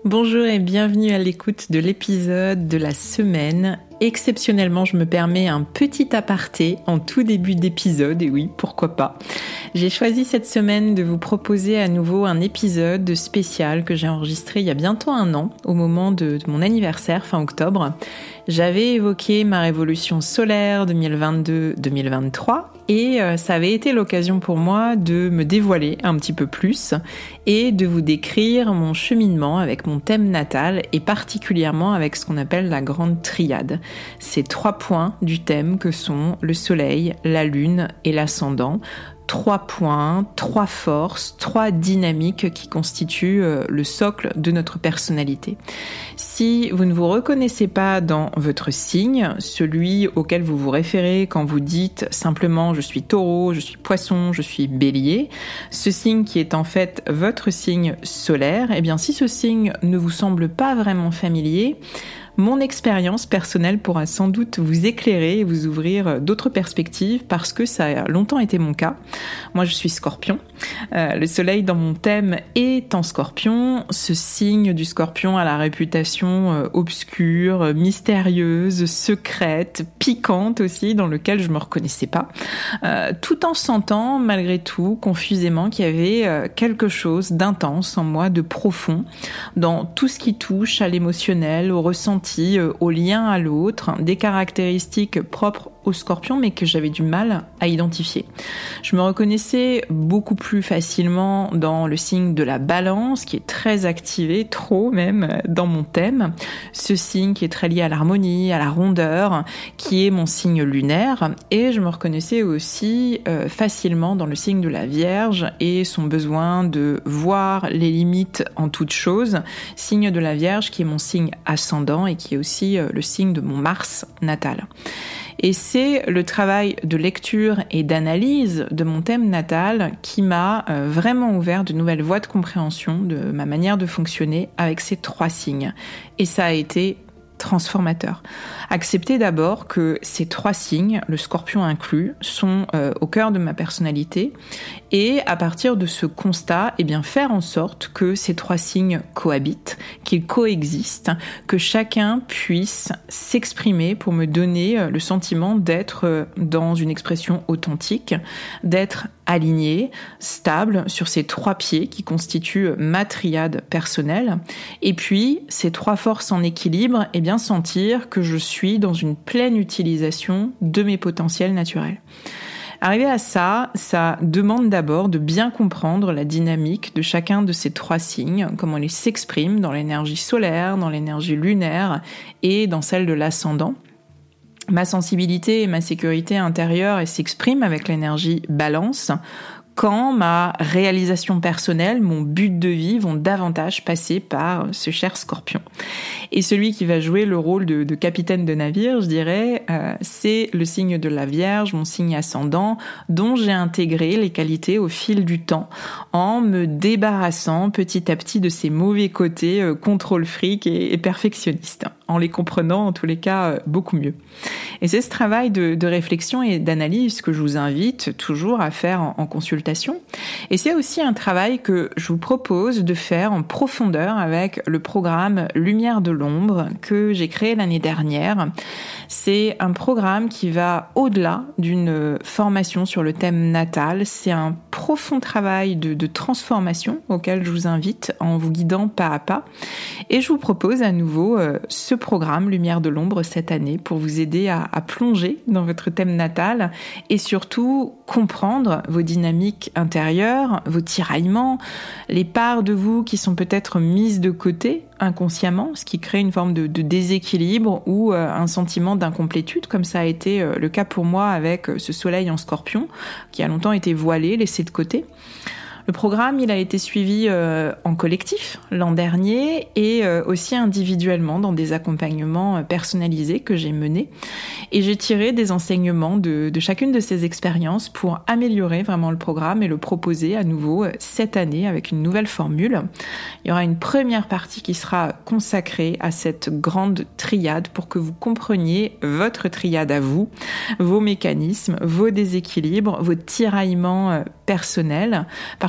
Bonjour et bienvenue à l'écoute de l'épisode de la semaine. Exceptionnellement, je me permets un petit aparté en tout début d'épisode, et oui, pourquoi pas. J'ai choisi cette semaine de vous proposer à nouveau un épisode spécial que j'ai enregistré il y a bientôt 1 an, au moment de mon anniversaire, fin octobre. J'avais évoqué ma révolution solaire 2022-2023 et ça avait été l'occasion pour moi de me dévoiler un petit peu plus et de vous décrire mon cheminement avec mon thème natal et particulièrement avec ce qu'on appelle la grande triade. Ces 3 points du thème que sont le soleil, la lune et l'ascendant. 3 points, 3 forces, 3 dynamiques qui constituent le socle de notre personnalité. Si vous ne vous reconnaissez pas dans votre signe, celui auquel vous vous référez quand vous dites simplement je suis taureau, je suis poisson, je suis bélier, ce signe qui est en fait votre signe solaire, eh bien si ce signe ne vous semble pas vraiment familier, mon expérience personnelle pourra sans doute vous éclairer et vous ouvrir d'autres perspectives parce que ça a longtemps été mon cas. Moi, je suis Scorpion. Le soleil dans mon thème est en Scorpion. Ce signe du Scorpion a la réputation obscure, mystérieuse, secrète, piquante aussi, dans lequel je me reconnaissais pas. Tout en sentant, malgré tout, confusément, qu'il y avait quelque chose d'intense en moi, de profond, dans tout ce qui touche à l'émotionnel, au ressenti, au lien à l'autre, des caractéristiques propres au Scorpion mais que j'avais du mal à identifier. Je me reconnaissais beaucoup plus facilement dans le signe de la Balance qui est très activé, trop même, dans mon thème. Ce signe qui est très lié à l'harmonie, à la rondeur, qui est mon signe lunaire. Et je me reconnaissais aussi facilement dans le signe de la Vierge et son besoin de voir les limites en toute chose. Signe de la Vierge qui est mon signe ascendant et qui est aussi le signe de mon Mars natal. Et c'est le travail de lecture et d'analyse de mon thème natal qui m'a vraiment ouvert de nouvelles voies de compréhension de ma manière de fonctionner avec ces 3 signes. Et ça a été transformateur. Accepter d'abord que ces 3 signes, le Scorpion inclus, sont au cœur de ma personnalité et à partir de ce constat, eh bien faire en sorte que ces 3 signes cohabitent, qu'ils coexistent, que chacun puisse s'exprimer pour me donner le sentiment d'être dans une expression authentique, d'être aligné, stable sur ces 3 pieds qui constituent ma triade personnelle et puis ces 3 forces en équilibre, eh bien sentir que je suis dans une pleine utilisation de mes potentiels naturels. Arriver à ça demande d'abord de bien comprendre la dynamique de chacun de ces 3 signes, comment ils s'expriment dans l'énergie solaire, dans l'énergie lunaire et dans celle de l'ascendant. Ma sensibilité et ma sécurité intérieure s'expriment avec l'énergie Balance, quand ma réalisation personnelle, mon but de vie vont davantage passer par ce cher Scorpion. Et celui qui va jouer le rôle de capitaine de navire, je dirais, c'est le signe de la Vierge, mon signe ascendant, dont j'ai intégré les qualités au fil du temps, en me débarrassant petit à petit de ces mauvais côtés contrôle fric et perfectionniste, en les comprenant en tous les cas beaucoup mieux. Et c'est ce travail de réflexion et d'analyse que je vous invite toujours à faire en consultation. Et c'est aussi un travail que je vous propose de faire en profondeur avec le programme Lumière de l'ombre que j'ai créé l'année dernière. C'est un programme qui va au-delà d'une formation sur le thème natal. C'est un profond travail de transformation auquel je vous invite en vous guidant pas à pas. Et je vous propose à nouveau ce programme Lumière de l'ombre cette année pour vous aider à plonger dans votre thème natal et surtout comprendre vos dynamiques intérieures, vos tiraillements, les parts de vous qui sont peut-être mises de côté inconsciemment, ce qui crée une forme de déséquilibre ou un sentiment d'incomplétude, comme ça a été le cas pour moi avec ce soleil en Scorpion, qui a longtemps été voilé, laissé de côté. Le programme, il a été suivi en collectif l'an dernier et aussi individuellement dans des accompagnements personnalisés que j'ai menés. Et j'ai tiré des enseignements de chacune de ces expériences pour améliorer vraiment le programme et le proposer à nouveau cette année avec une nouvelle formule. Il y aura une première partie qui sera consacrée à cette grande triade pour que vous compreniez votre triade à vous, vos mécanismes, vos déséquilibres, vos tiraillements personnels, parce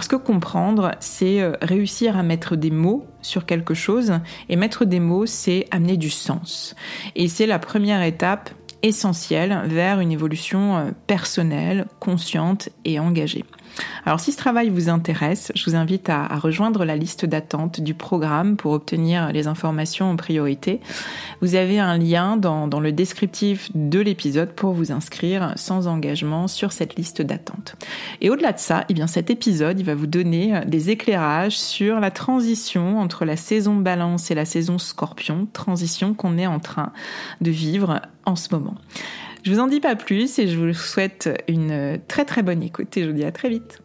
Parce que comprendre, c'est réussir à mettre des mots sur quelque chose, et mettre des mots, c'est amener du sens. Et c'est la première étape essentielle vers une évolution personnelle, consciente et engagée. Alors si ce travail vous intéresse, je vous invite à rejoindre la liste d'attente du programme pour obtenir les informations en priorité. Vous avez un lien dans le descriptif de l'épisode pour vous inscrire sans engagement sur cette liste d'attente. Et au-delà de ça, cet épisode il va vous donner des éclairages sur la transition entre la saison Balance et la saison Scorpion, transition qu'on est en train de vivre en ce moment. Je vous en dis pas plus et je vous souhaite une très très bonne écoute et je vous dis à très vite.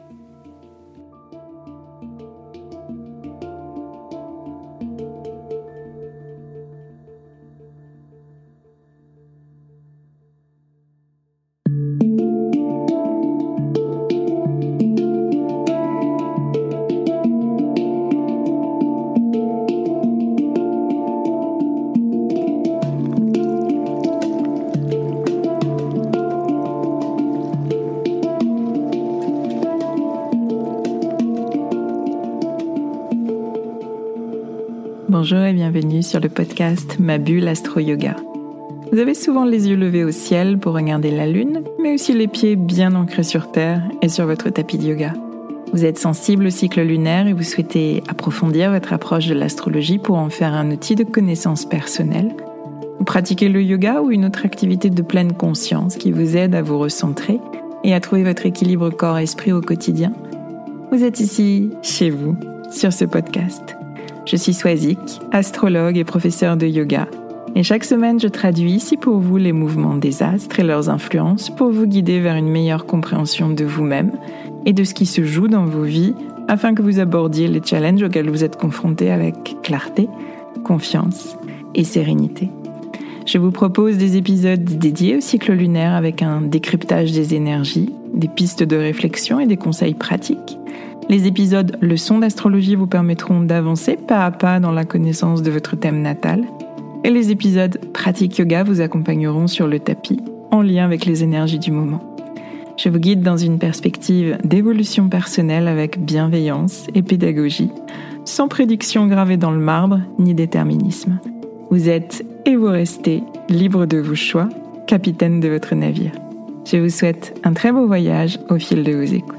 Bonjour et bienvenue sur le podcast Ma Bulle Astro Yoga. Vous avez souvent les yeux levés au ciel pour regarder la lune, mais aussi les pieds bien ancrés sur terre et sur votre tapis de yoga. Vous êtes sensible au cycle lunaire et vous souhaitez approfondir votre approche de l'astrologie pour en faire un outil de connaissance personnelle. Vous pratiquez le yoga ou une autre activité de pleine conscience qui vous aide à vous recentrer et à trouver votre équilibre corps-esprit au quotidien. Vous êtes ici, chez vous, sur ce podcast. Je suis Swazik, astrologue et professeure de yoga. Et chaque semaine, je traduis ici pour vous les mouvements des astres et leurs influences pour vous guider vers une meilleure compréhension de vous-même et de ce qui se joue dans vos vies afin que vous abordiez les challenges auxquels vous êtes confrontés avec clarté, confiance et sérénité. Je vous propose des épisodes dédiés au cycle lunaire avec un décryptage des énergies, des pistes de réflexion et des conseils pratiques. Les épisodes leçons d'astrologie vous permettront d'avancer pas à pas dans la connaissance de votre thème natal. Et les épisodes pratique yoga vous accompagneront sur le tapis, en lien avec les énergies du moment. Je vous guide dans une perspective d'évolution personnelle avec bienveillance et pédagogie, sans prédiction gravée dans le marbre ni déterminisme. Vous êtes et vous restez libre de vos choix, capitaine de votre navire. Je vous souhaite un très beau voyage au fil de vos écoutes.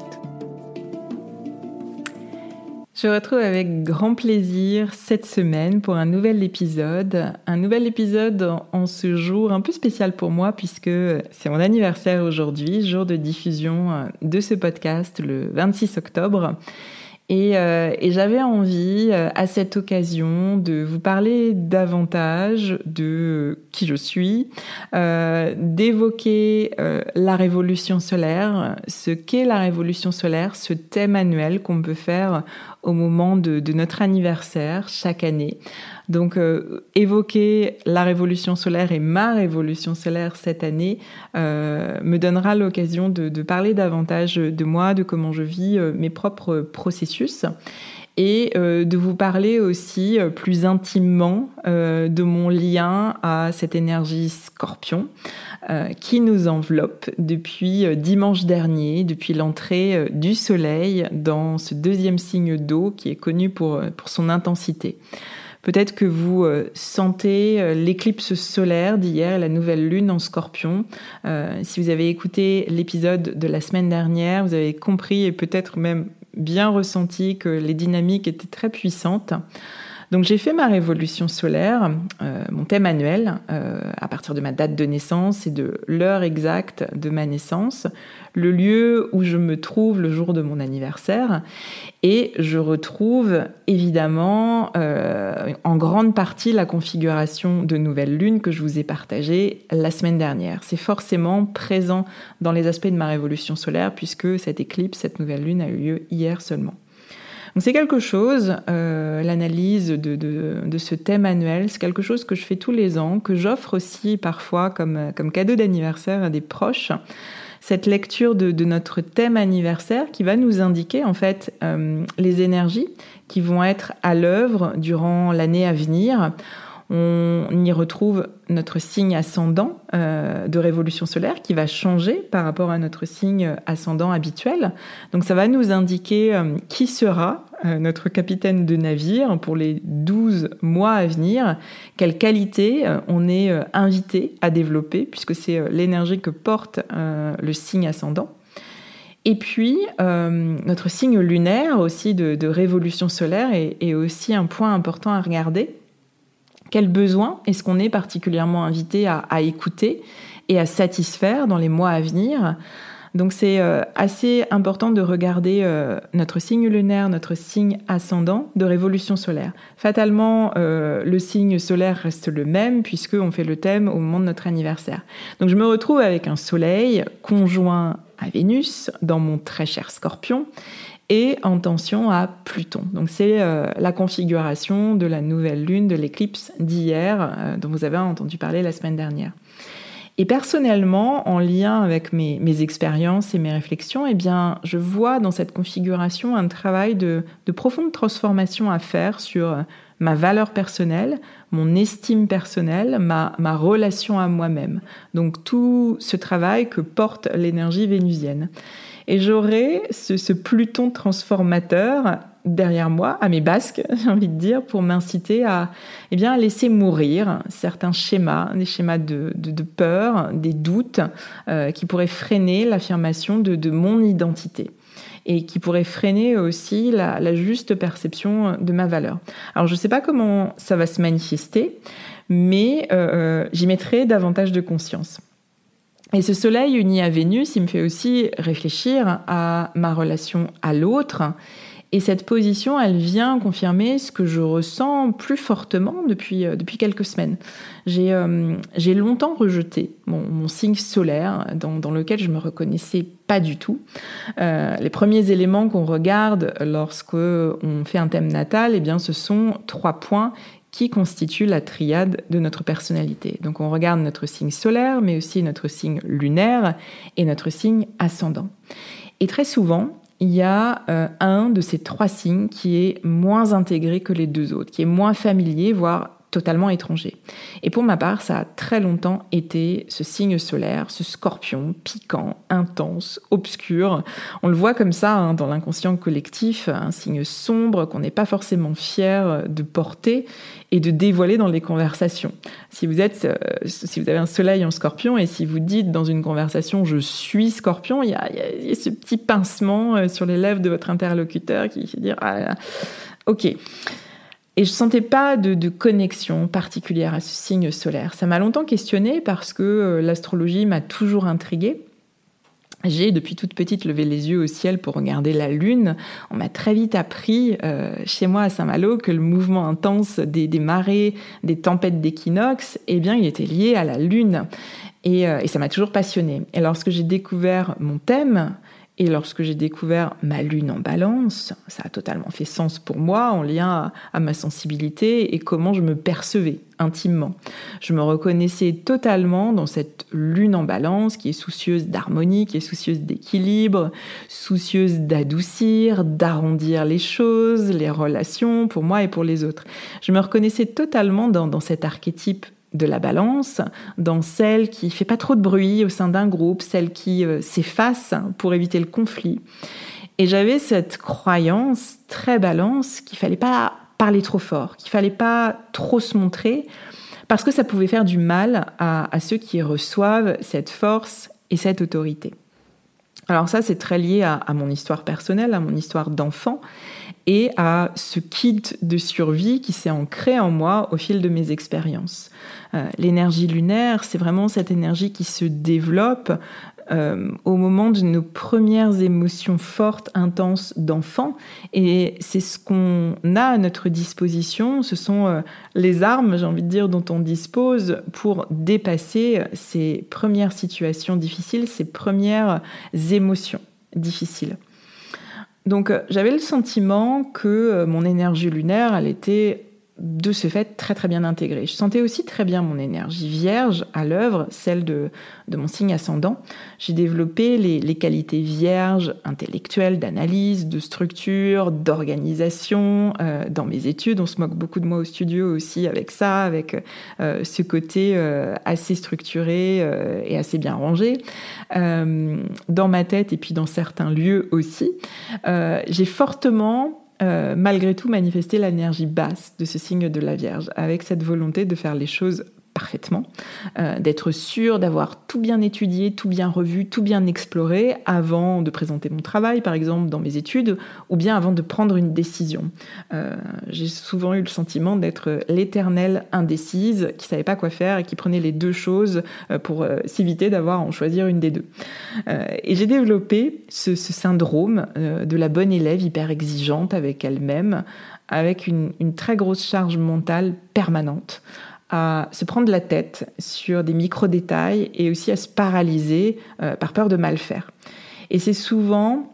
Je vous retrouve avec grand plaisir cette semaine pour un nouvel épisode en ce jour un peu spécial pour moi puisque c'est mon anniversaire aujourd'hui, jour de diffusion de ce podcast le 26 octobre. Et j'avais envie, à cette occasion, de vous parler davantage de qui je suis, d'évoquer la révolution solaire, ce qu'est la révolution solaire, ce thème annuel qu'on peut faire au moment de notre anniversaire chaque année. Donc, évoquer la révolution solaire et ma révolution solaire cette année me donnera l'occasion de parler davantage de moi, de comment je vis mes propres processus et de vous parler aussi plus intimement de mon lien à cette énergie Scorpion qui nous enveloppe depuis dimanche dernier, depuis l'entrée du soleil dans ce deuxième signe d'eau qui est connu pour son intensité. Peut-être que vous sentez l'éclipse solaire d'hier, la nouvelle lune en Scorpion. Si vous avez écouté l'épisode de la semaine dernière, vous avez compris et peut-être même bien ressenti que les dynamiques étaient très puissantes. Donc j'ai fait ma révolution solaire, mon thème annuel, à partir de ma date de naissance et de l'heure exacte de ma naissance, le lieu où je me trouve le jour de mon anniversaire. Et je retrouve évidemment en grande partie la configuration de nouvelle lune que je vous ai partagée la semaine dernière. C'est forcément présent dans les aspects de ma révolution solaire puisque cette éclipse, cette nouvelle lune a eu lieu hier seulement. Donc c'est quelque chose, l'analyse de ce thème annuel, c'est quelque chose que je fais tous les ans, que j'offre aussi parfois comme cadeau d'anniversaire à des proches. Cette lecture de notre thème anniversaire qui va nous indiquer en fait les énergies qui vont être à l'œuvre durant l'année à venir. On y retrouve notre signe ascendant de révolution solaire qui va changer par rapport à notre signe ascendant habituel. Donc ça va nous indiquer qui sera notre capitaine de navire pour les 12 mois à venir, quelles qualités on est invité à développer, puisque c'est l'énergie que porte le signe ascendant. Et puis, notre signe lunaire aussi de révolution solaire est aussi un point important à regarder. Quels besoins est-ce qu'on est particulièrement invité à écouter et à satisfaire dans les mois à venir ? Donc c'est assez important de regarder notre signe lunaire, notre signe ascendant de révolution solaire. Fatalement, le signe solaire reste le même puisqu'on fait le thème au moment de notre anniversaire. Donc je me retrouve avec un soleil conjoint à Vénus dans mon très cher Scorpion et en tension à Pluton. Donc c'est la configuration de la nouvelle lune, de l'éclipse d'hier dont vous avez entendu parler la semaine dernière. Et personnellement, en lien avec mes expériences et mes réflexions, eh bien, je vois dans cette configuration un travail de profonde transformation à faire sur ma valeur personnelle, mon estime personnelle, ma relation à moi-même. Donc tout ce travail que porte l'énergie vénusienne. Et j'aurai ce Pluton transformateur derrière moi, à mes basques, j'ai envie de dire, pour m'inciter à laisser mourir certains schémas, des schémas de peur, des doutes qui pourraient freiner l'affirmation de mon identité et qui pourraient freiner aussi la juste perception de ma valeur. Alors je ne sais pas comment ça va se manifester, mais j'y mettrai davantage de conscience. Et ce soleil uni à Vénus, il me fait aussi réfléchir à ma relation à l'autre. Et cette position, elle vient confirmer ce que je ressens plus fortement depuis quelques semaines. J'ai longtemps rejeté mon signe solaire dans lequel je me reconnaissais pas du tout. Les premiers éléments qu'on regarde lorsqu'on fait un thème natal, eh bien, ce sont 3 points qui constituent la triade de notre personnalité. Donc on regarde notre signe solaire, mais aussi notre signe lunaire et notre signe ascendant. Et très souvent, il y a un de ces 3 signes qui est moins intégré que les 2 autres, qui est moins familier, voire totalement étranger. Et pour ma part, ça a très longtemps été ce signe solaire, ce Scorpion piquant, intense, obscur. On le voit comme ça dans l'inconscient collectif, un signe sombre qu'on n'est pas forcément fier de porter et de dévoiler dans les conversations. Si vous avez un soleil en Scorpion et si vous dites dans une conversation « je suis Scorpion », il y a ce petit pincement sur les lèvres de votre interlocuteur qui fait dire « ah, ok ». Et je sentais pas de connexion particulière à ce signe solaire. Ça m'a longtemps questionnée parce que l'astrologie m'a toujours intriguée. J'ai, depuis toute petite, levé les yeux au ciel pour regarder la lune. On m'a très vite appris, chez moi à Saint-Malo, que le mouvement intense des marées, des tempêtes d'équinoxe, eh bien, il était lié à la lune. Et ça m'a toujours passionnée. Et lorsque j'ai découvert mon thème, et lorsque j'ai découvert ma lune en balance, ça a totalement fait sens pour moi en lien à ma sensibilité et comment je me percevais intimement. Je me reconnaissais totalement dans cette lune en balance qui est soucieuse d'harmonie, qui est soucieuse d'équilibre, soucieuse d'adoucir, d'arrondir les choses, les relations pour moi et pour les autres. Je me reconnaissais totalement dans cet archétype de la balance, dans celle qui fait pas trop de bruit au sein d'un groupe, celle qui s'efface pour éviter le conflit. Et j'avais cette croyance très balance qu'il fallait pas parler trop fort, qu'il fallait pas trop se montrer, parce que ça pouvait faire du mal à ceux qui reçoivent cette force et cette autorité. Alors ça, c'est très lié à mon histoire personnelle, à mon histoire d'enfant, et à ce kit de survie qui s'est ancré en moi au fil de mes expériences. L'énergie lunaire, c'est vraiment cette énergie qui se développe au moment de nos premières émotions fortes, intenses d'enfant. Et c'est ce qu'on a à notre disposition, ce sont les armes, j'ai envie de dire, dont on dispose pour dépasser ces premières situations difficiles, ces premières émotions difficiles. Donc j'avais le sentiment que mon énergie lunaire, elle était de ce fait très très bien intégrée. Je sentais aussi très bien mon énergie vierge à l'œuvre, celle de mon signe ascendant. J'ai développé les qualités vierges intellectuelles, d'analyse, de structure, d'organisation. Dans mes études, on se moque beaucoup de moi au studio aussi avec ça, avec ce côté assez structuré et assez bien rangé. Dans ma tête et puis dans certains lieux aussi, j'ai fortement malgré tout manifester l'énergie basse de ce signe de la Vierge, avec cette volonté de faire les choses parfaitement, d'être sûre d'avoir tout bien étudié, tout bien revu, tout bien exploré avant de présenter mon travail, par exemple, dans mes études, ou bien avant de prendre une décision. J'ai souvent eu le sentiment d'être l'éternelle indécise, qui savait pas quoi faire et qui prenait les deux choses pour s'éviter d'avoir à en choisir une des deux. Et j'ai développé ce syndrome de la bonne élève hyper exigeante avec elle-même, avec une très grosse charge mentale permanente, à se prendre la tête sur des micro-détails et aussi à se paralyser par peur de mal faire. Et c'est souvent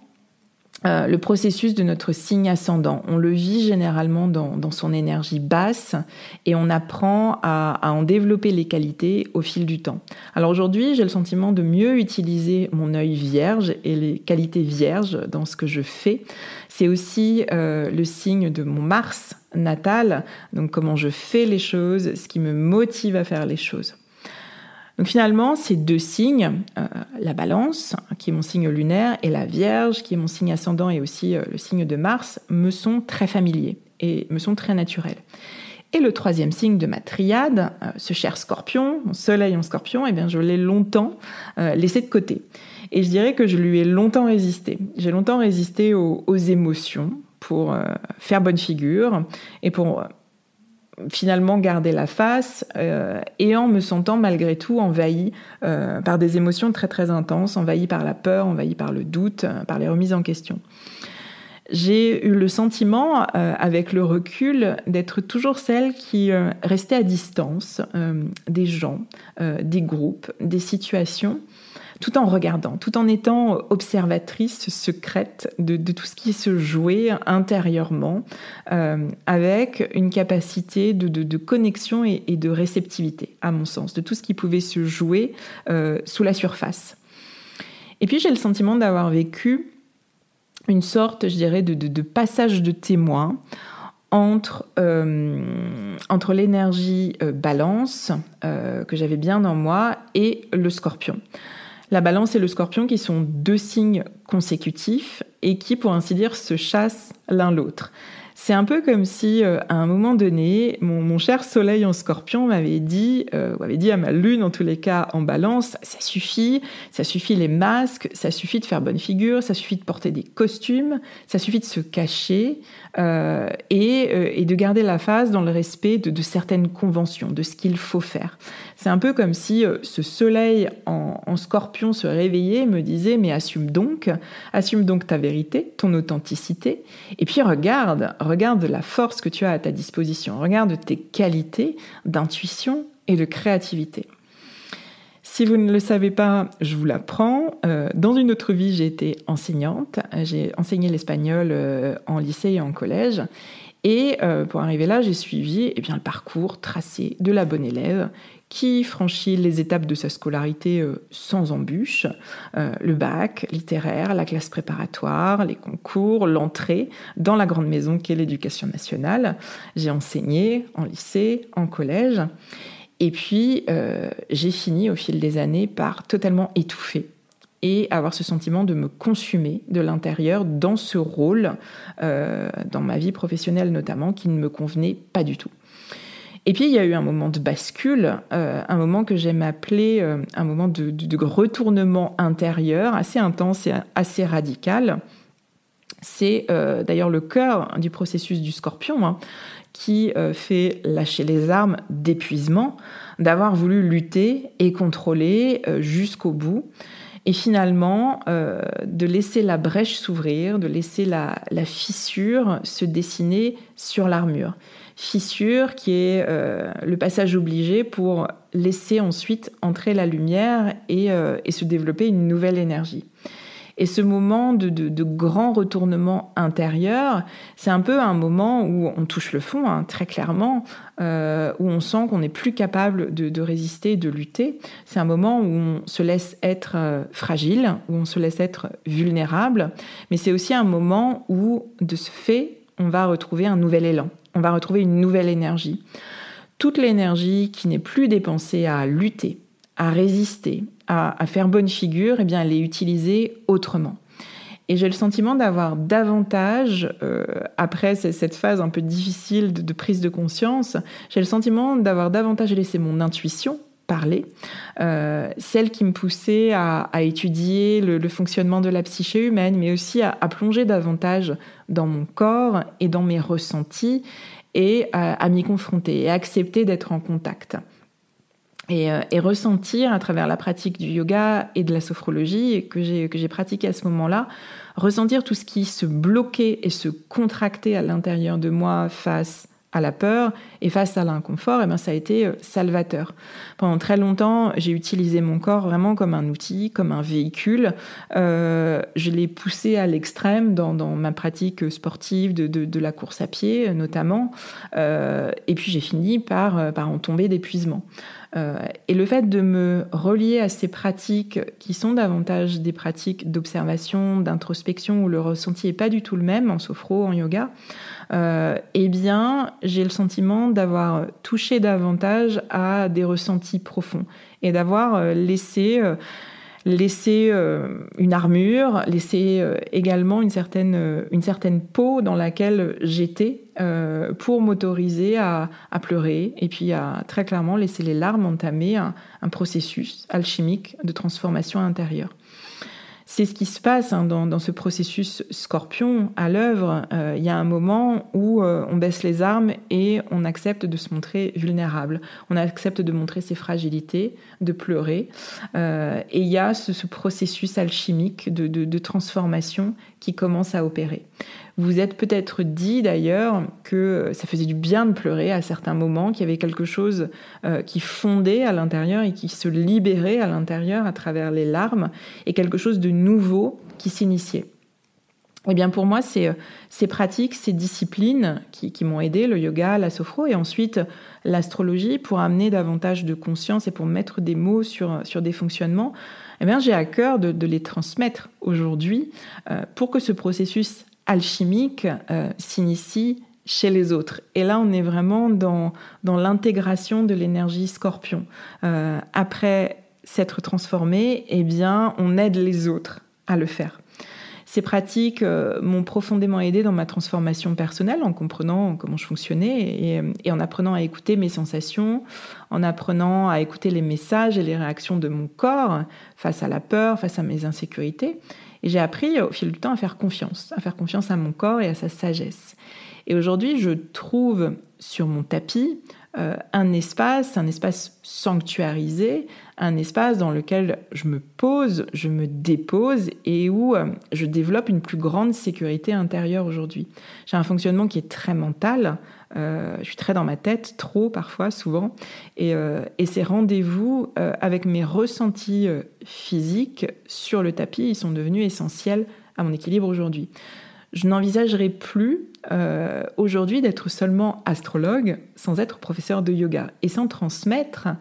le processus de notre signe ascendant. On le vit généralement dans son énergie basse et on apprend à en développer les qualités au fil du temps. Alors aujourd'hui, j'ai le sentiment de mieux utiliser mon œil vierge et les qualités vierges dans ce que je fais. C'est aussi le signe de mon Mars natal, donc comment je fais les choses, ce qui me motive à faire les choses. Donc finalement, ces deux signes, la Balance, qui est mon signe lunaire, et la Vierge, qui est mon signe ascendant et aussi le signe de Mars, me sont très familiers et me sont très naturels. Et le troisième signe de ma triade, ce cher Scorpion, mon soleil en Scorpion, eh bien je l'ai longtemps laissé de côté. Et je dirais que je lui ai longtemps résisté. J'ai longtemps résisté aux émotions pour faire bonne figure et pour finalement garder la face et en me sentant malgré tout envahie par des émotions très très intenses, envahie par la peur, envahie par le doute, par les remises en question. J'ai eu le sentiment, avec le recul, d'être toujours celle qui restait à distance des gens, des groupes, des situations, tout en regardant, tout en étant observatrice secrète de tout ce qui se jouait intérieurement, avec une capacité de connexion et de réceptivité, à mon sens, de tout ce qui pouvait se jouer sous la surface. Et puis j'ai le sentiment d'avoir vécu une sorte, je dirais, de passage de témoin entre l'énergie balance que j'avais bien en moi et le scorpion. La balance et le scorpion qui sont deux signes consécutifs et qui, pour ainsi dire, se chassent l'un l'autre. C'est un peu comme si, à un moment donné, mon cher soleil en scorpion m'avait dit, ou avait dit à ma lune, en tous les cas en balance, ça suffit les masques, ça suffit de faire bonne figure, ça suffit de porter des costumes, ça suffit de se cacher et de garder la face dans le respect de certaines conventions, de ce qu'il faut faire. C'est un peu comme si ce soleil en scorpion se réveillait et me disait, mais assume donc ta vérité, ton authenticité, et puis regarde la force que tu as à ta disposition, regarde tes qualités d'intuition et de créativité. Si vous ne le savez pas, je vous l'apprends. Dans une autre vie, j'ai été enseignante. J'ai enseigné l'espagnol en lycée et en collège. Et pour arriver là, j'ai suivi le parcours tracé de la bonne élève qui franchit les étapes de sa scolarité sans embûche, le bac littéraire, la classe préparatoire, les concours, l'entrée dans la grande maison qu'est l'éducation nationale. J'ai enseigné en lycée, en collège, et puis j'ai fini au fil des années par totalement étouffer et avoir ce sentiment de me consumer de l'intérieur dans ce rôle, dans ma vie professionnelle notamment, qui ne me convenait pas du tout. Et puis, il y a eu un moment de bascule, un moment que j'aime appeler un moment de retournement intérieur, assez intense et assez radical. C'est d'ailleurs le cœur du processus du scorpion, qui fait lâcher les armes d'épuisement, d'avoir voulu lutter et contrôler jusqu'au bout. Et finalement, de laisser la brèche s'ouvrir, de laisser la fissure se dessiner sur l'armure. Fissure qui est le passage obligé pour laisser ensuite entrer la lumière et se développer une nouvelle énergie. Et ce moment de grand retournement intérieur, c'est un peu un moment où on touche le fond, très clairement, où on sent qu'on n'est plus capable de résister, de lutter. C'est un moment où on se laisse être fragile, où on se laisse être vulnérable, mais c'est aussi un moment où, de ce fait, on va retrouver un nouvel élan, on va retrouver une nouvelle énergie. Toute l'énergie qui n'est plus dépensée à lutter, à résister, à faire bonne figure, eh bien, elle est utilisée autrement. Et j'ai le sentiment d'avoir davantage, après cette phase un peu difficile de prise de conscience, j'ai le sentiment d'avoir davantage laissé mon intuition parler, celle qui me poussait à étudier le fonctionnement de la psyché humaine, mais aussi à plonger davantage dans mon corps et dans mes ressentis et à m'y confronter et à accepter d'être en contact. Et ressentir à travers la pratique du yoga et de la sophrologie que j'ai pratiqué à ce moment-là, ressentir tout ce qui se bloquait et se contractait à l'intérieur de moi face à la peur et face à l'inconfort, ça a été salvateur. Pendant très longtemps, j'ai utilisé mon corps vraiment comme un outil, comme un véhicule. Je l'ai poussé à l'extrême dans ma pratique sportive de la course à pied notamment. Et puis j'ai fini par en tomber d'épuisement. Et le fait de me relier à ces pratiques qui sont davantage des pratiques d'observation, d'introspection, où le ressenti n'est pas du tout le même en sophro, en yoga, j'ai le sentiment d'avoir touché davantage à des ressentis profonds et d'avoir laissé une armure, laissé également une certaine peau dans laquelle j'étais pour m'autoriser à pleurer et puis à très clairement laisser les larmes entamer un processus alchimique de transformation intérieure. C'est ce qui se passe dans ce processus scorpion à l'œuvre. Il y a un moment où on baisse les armes et on accepte de se montrer vulnérable. On accepte de montrer ses fragilités, de pleurer. Et il y a ce processus alchimique de transformation qui commence à opérer. Vous êtes peut-être dit d'ailleurs que ça faisait du bien de pleurer à certains moments, qu'il y avait quelque chose qui fondait à l'intérieur et qui se libérait à l'intérieur à travers les larmes, et quelque chose de nouveau qui s'initiait. Eh bien pour moi, c'est ces pratiques, ces disciplines qui m'ont aidé, le yoga, la sophro et ensuite l'astrologie, pour amener davantage de conscience et pour mettre des mots sur des fonctionnements. Eh bien, j'ai à cœur de les transmettre aujourd'hui pour que ce processus alchimique s'initie chez les autres. Et là, on est vraiment dans l'intégration de l'énergie scorpion. Après s'être transformé, eh bien, on aide les autres à le faire. Ces pratiques m'ont profondément aidée dans ma transformation personnelle, en comprenant comment je fonctionnais et en apprenant à écouter mes sensations, en apprenant à écouter les messages et les réactions de mon corps face à la peur, face à mes insécurités. Et j'ai appris au fil du temps à faire confiance à mon corps et à sa sagesse. Et aujourd'hui, je trouve sur mon tapis un espace sanctuarisé, un espace dans lequel je me pose, je me dépose et où je développe une plus grande sécurité intérieure aujourd'hui. J'ai un fonctionnement qui est très mental, je suis très dans ma tête, trop parfois, souvent, et ces rendez-vous avec mes ressentis physiques sur le tapis, ils sont devenus essentiels à mon équilibre aujourd'hui. Je n'envisagerai plus aujourd'hui d'être seulement astrologue sans être professeur de yoga et sans transmettre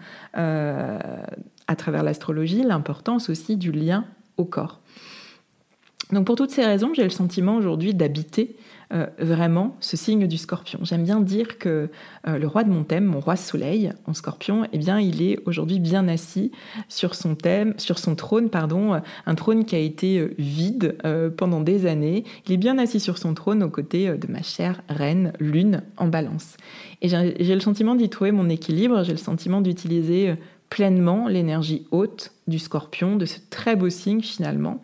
à travers l'astrologie l'importance aussi du lien au corps. Donc pour toutes ces raisons, j'ai le sentiment aujourd'hui d'habiter vraiment ce signe du scorpion. J'aime bien dire que le roi de mon thème, mon roi soleil en scorpion, eh bien, il est aujourd'hui bien assis sur son trône, un trône qui a été vide pendant des années. Il est bien assis sur son trône aux côtés de ma chère reine lune en balance. Et j'ai le sentiment d'y trouver mon équilibre, j'ai le sentiment d'utiliser pleinement l'énergie haute du scorpion, de ce très beau signe finalement.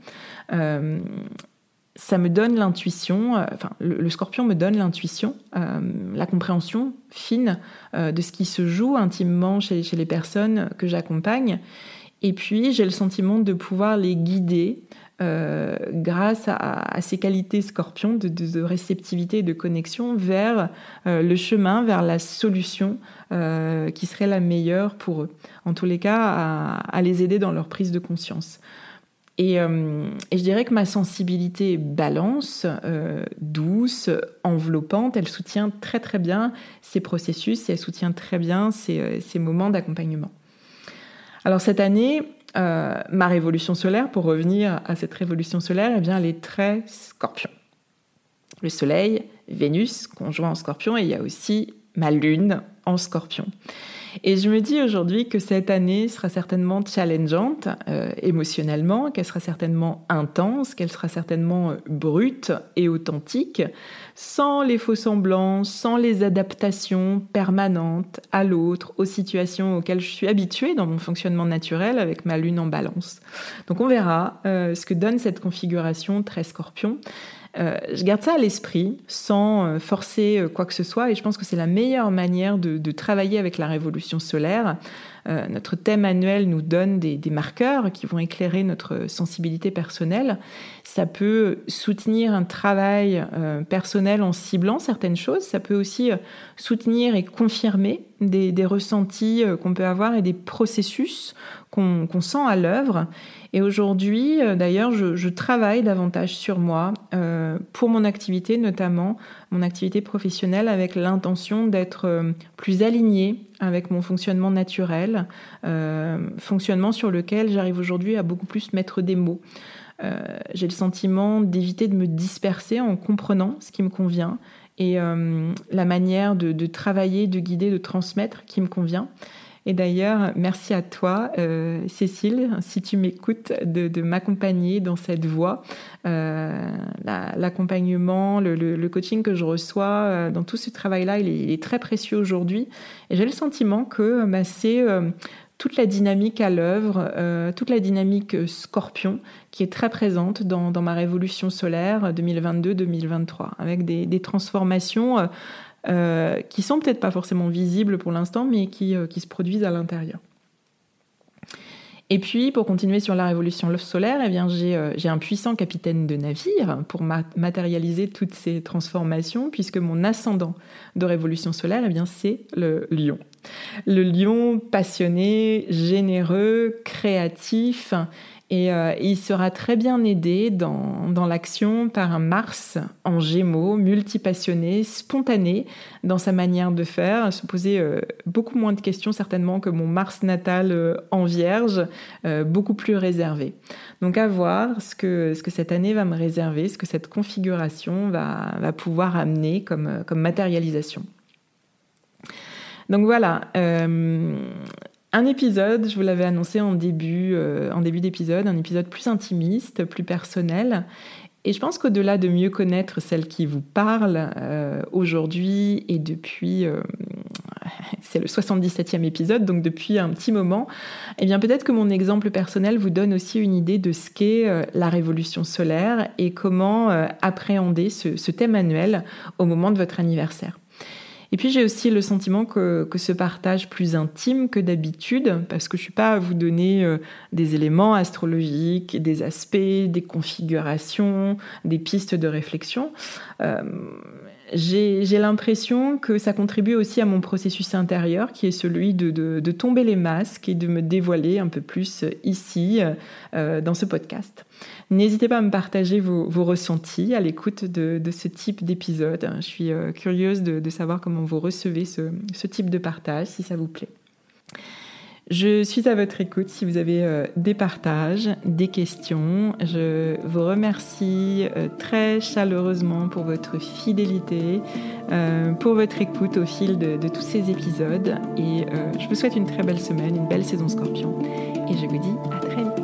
Ça me donne l'intuition, le scorpion me donne l'intuition, la compréhension fine de ce qui se joue intimement chez les personnes que j'accompagne. Et puis, j'ai le sentiment de pouvoir les guider grâce à ces qualités scorpion de réceptivité et de connexion vers le chemin, vers la solution qui serait la meilleure pour eux. En tous les cas, à les aider dans leur prise de conscience. Et je dirais que ma sensibilité balance, douce, enveloppante, elle soutient très très bien ces processus et elle soutient très bien ces moments d'accompagnement. Alors cette année, ma révolution solaire, pour revenir à cette révolution solaire, eh bien, elle est très Scorpion. Le Soleil, Vénus, conjoint en Scorpion, et il y a aussi ma Lune en Scorpion. Et je me dis aujourd'hui que cette année sera certainement challengeante émotionnellement, qu'elle sera certainement intense, qu'elle sera certainement brute et authentique, sans les faux-semblants, sans les adaptations permanentes à l'autre, aux situations auxquelles je suis habituée dans mon fonctionnement naturel avec ma Lune en Balance. Donc on verra ce que donne cette configuration très Scorpion. Je garde ça à l'esprit sans forcer quoi que ce soit et je pense que c'est la meilleure manière de travailler avec la révolution solaire. Notre thème annuel nous donne des marqueurs qui vont éclairer notre sensibilité personnelle. Ça peut soutenir un travail personnel en ciblant certaines choses. Ça peut aussi soutenir et confirmer des ressentis qu'on peut avoir et des processus qu'on sent à l'œuvre. Et aujourd'hui, d'ailleurs, je travaille davantage sur moi pour mon activité, notamment mon activité professionnelle, avec l'intention d'être plus alignée avec mon fonctionnement naturel, fonctionnement sur lequel j'arrive aujourd'hui à beaucoup plus mettre des mots. J'ai le sentiment d'éviter de me disperser en comprenant ce qui me convient et la manière de travailler, de guider, de transmettre qui me convient. Et d'ailleurs, merci à toi, Cécile, si tu m'écoutes, de m'accompagner dans cette voie. L'accompagnement, le coaching que je reçois, dans tout ce travail-là, il est très précieux aujourd'hui. Et j'ai le sentiment que c'est toute la dynamique à l'œuvre, toute la dynamique Scorpion qui est très présente dans ma révolution solaire 2022-2023, avec des transformations qui sont peut-être pas forcément visibles pour l'instant, mais qui se produisent à l'intérieur. Et puis, pour continuer sur la révolution solaire, eh bien, j'ai un puissant capitaine de navire pour matérialiser toutes ces transformations, puisque mon ascendant de révolution solaire, eh bien, c'est le lion. Le lion passionné, généreux, créatif, et il sera très bien aidé dans l'action par un Mars en Gémeaux, multipassionné, spontané dans sa manière de faire, se poser beaucoup moins de questions certainement que mon Mars natal en Vierge, beaucoup plus réservé. Donc à voir ce que cette année va me réserver, ce que cette configuration va pouvoir amener comme matérialisation. Donc voilà, un épisode, je vous l'avais annoncé en début d'épisode, un épisode plus intimiste, plus personnel. Et je pense qu'au-delà de mieux connaître celle qui vous parle aujourd'hui et depuis, c'est le 77e épisode, donc depuis un petit moment, eh bien peut-être que mon exemple personnel vous donne aussi une idée de ce qu'est la révolution solaire et comment appréhender ce thème annuel au moment de votre anniversaire. Et puis j'ai aussi le sentiment que ce partage plus intime que d'habitude, parce que je ne suis pas à vous donner des éléments astrologiques, des aspects, des configurations, des pistes de réflexion. J'ai l'impression que ça contribue aussi à mon processus intérieur, qui est celui de tomber les masques et de me dévoiler un peu plus ici, dans ce podcast. N'hésitez pas à me partager vos ressentis à l'écoute de ce type d'épisode. Je suis curieuse de savoir comment vous recevez ce type de partage, si ça vous plaît. Je suis à votre écoute si vous avez des partages, des questions. Je vous remercie très chaleureusement pour votre fidélité, pour votre écoute au fil de tous ces épisodes. Et je vous souhaite une très belle semaine, une belle saison Scorpion. Et je vous dis à très vite.